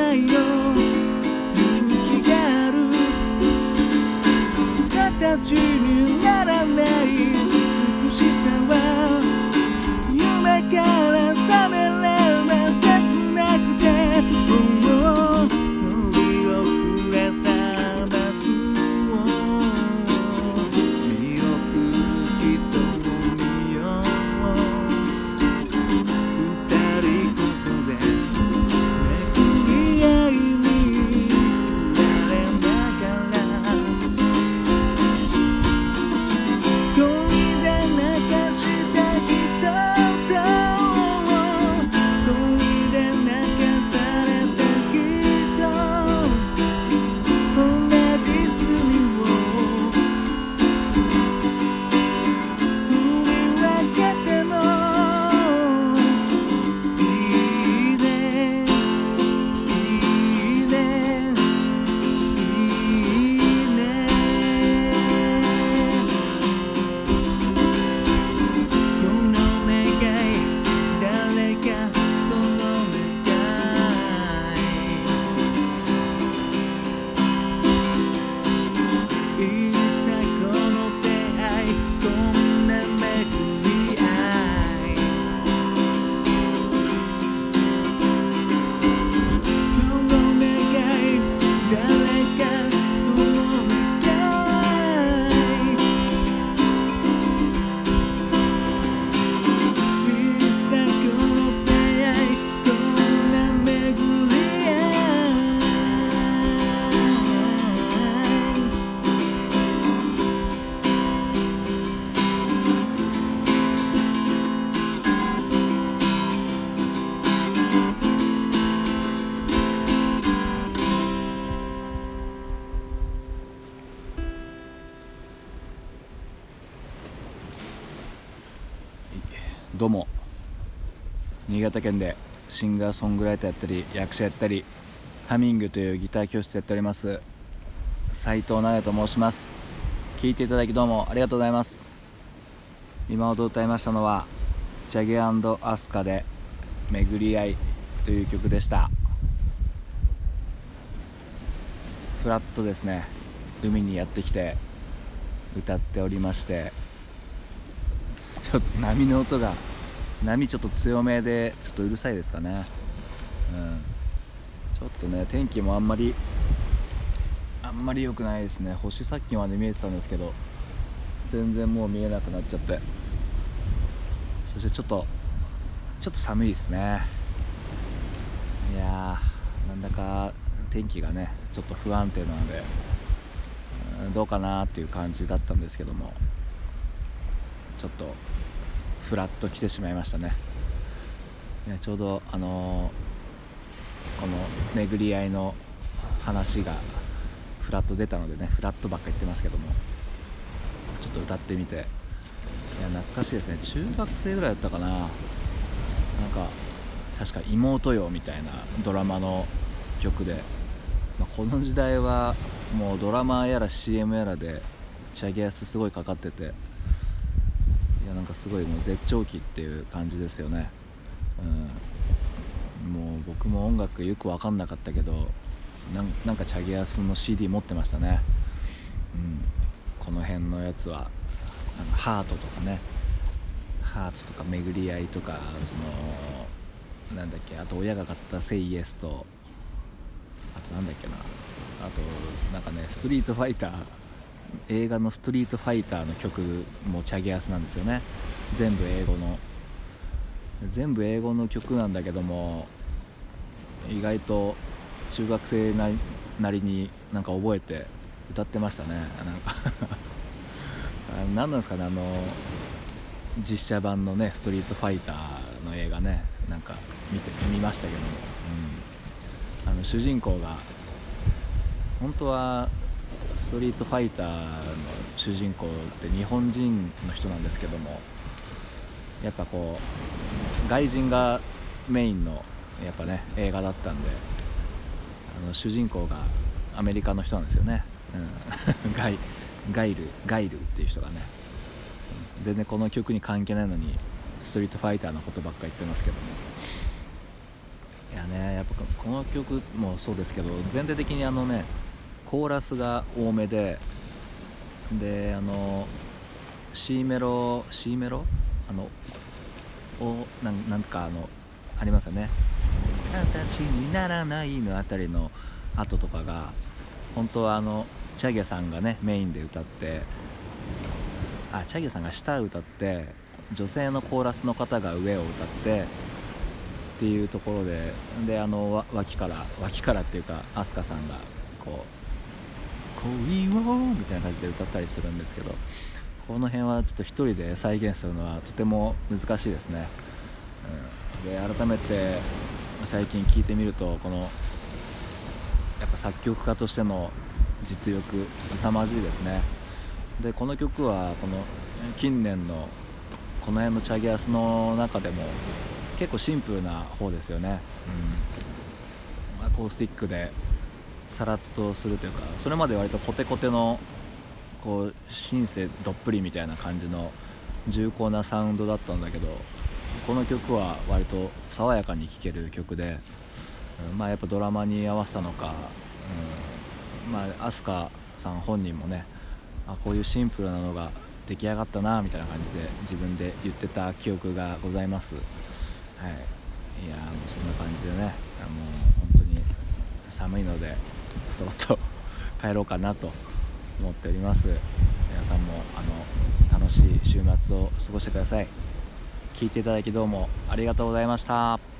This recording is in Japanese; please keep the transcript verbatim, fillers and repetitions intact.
ないの勇気がある形にならない美しさは夢から覚めれば切なくてもう乗り遅れたバスを見送る人を見よう二人ここで巡り合いになれながら恋で泣かした人と恋で泣かされた人同じ罪を振り分けてもいいねいいねいいねこの願い誰かこの願いいいさこの出会いこんな巡り合いこの願い誰かこの願いいさこの出会いこんな巡り合いどうも、新潟県でシンガーソングライターやったり役者やったりハミングというギター教室やっております斉藤直也と申します。聴いていただきどうもありがとうございます。今ほど歌いましたのはチャゲ&アスカで巡り合いという曲でした。フラッとですね、海にやってきて歌っておりまして、ちょっと波の音が波ちょっと強めでちょっとうるさいですかね、うん、ちょっとね天気もあんまりあんまり良くないですね。星さっきまで見えてたんですけど全然もう見えなくなっちゃって、そしてちょっとちょっと寒いですね。いやーなんだか天気がねちょっと不安定なので、うん、どうかなっていう感じだったんですけども、ちょっとフラッと来てしまいましたね。いやちょうどあのー、この巡り合いの話がフラッと出たのでね、フラットばっか言ってますけども、ちょっと歌ってみて、いや懐かしいですね。中学生ぐらいだったかな、なんか確か妹よみたいなドラマの曲で、まあ、この時代はもうドラマやら シーエム やらでチャゲアスすごいかかってて、いやなんかすごいもう絶頂期っていう感じですよね、うん、もう僕も音楽よく分かんなかったけどなん、なんかチャゲアスの シーディー 持ってましたね、うん、この辺のやつはなんかハートとかね、ハートとか巡り合いとか、そのなんだっけ、あと親が買ったセイエスと、あとなんだっけな、あとなんかねストリートファイター、映画のストリートファイターの曲もチャゲアスなんですよね。全部英語の全部英語の曲なんだけども、意外と中学生ななりになんか覚えて歌ってましたね。なんか何なんですかね、あの実写版のねストリートファイターの映画ね、なんか見て見ましたけども、うん、あの主人公が本当はストリートファイターの主人公って日本人の人なんですけども、やっぱこう外人がメインのやっぱね映画だったんで、あの主人公がアメリカの人なんですよね、うん、ガイガイルガイルっていう人がね、全然この曲に関係ないのにストリートファイターのことばっか言ってますけども、いやね、やっぱここの曲もそうですけど、全体的にあのねコーラスが多めで、であの C メロ C メロあのおなんなんかあのありますよね。形にならないのあたりの後とかが本当はあのチャゲさんがねメインで歌って、あチャゲさんが下歌って女性のコーラスの方が上を歌ってっていうところで、であのわ脇から脇からっていうか飛鳥さんがこう恋をみたいな感じで歌ったりするんですけど、この辺はちょっと一人で再現するのはとても難しいですね。うん、で改めて最近聴いてみると、このやっぱ作曲家としての実力凄まじいですね。でこの曲はこの近年のこの辺のチャゲアスの中でも結構シンプルな方ですよね。うん、アコースティックでさらっとするというか、それまで割とコテコテのこうシンセどっぷりみたいな感じの重厚なサウンドだったんだけど、この曲は割と爽やかに聴ける曲で、うん、まあやっぱドラマに合わせたのか、うん、まあ飛鳥さん本人もね、あこういうシンプルなのが出来上がったなみたいな感じで自分で言ってた記憶がございます。はい、いやもうそんな感じでね、もう本当に寒いのでそろっと帰ろうかなと思っております。皆さんもあの楽しい週末を過ごしてください。聞いていただきどうもありがとうございました。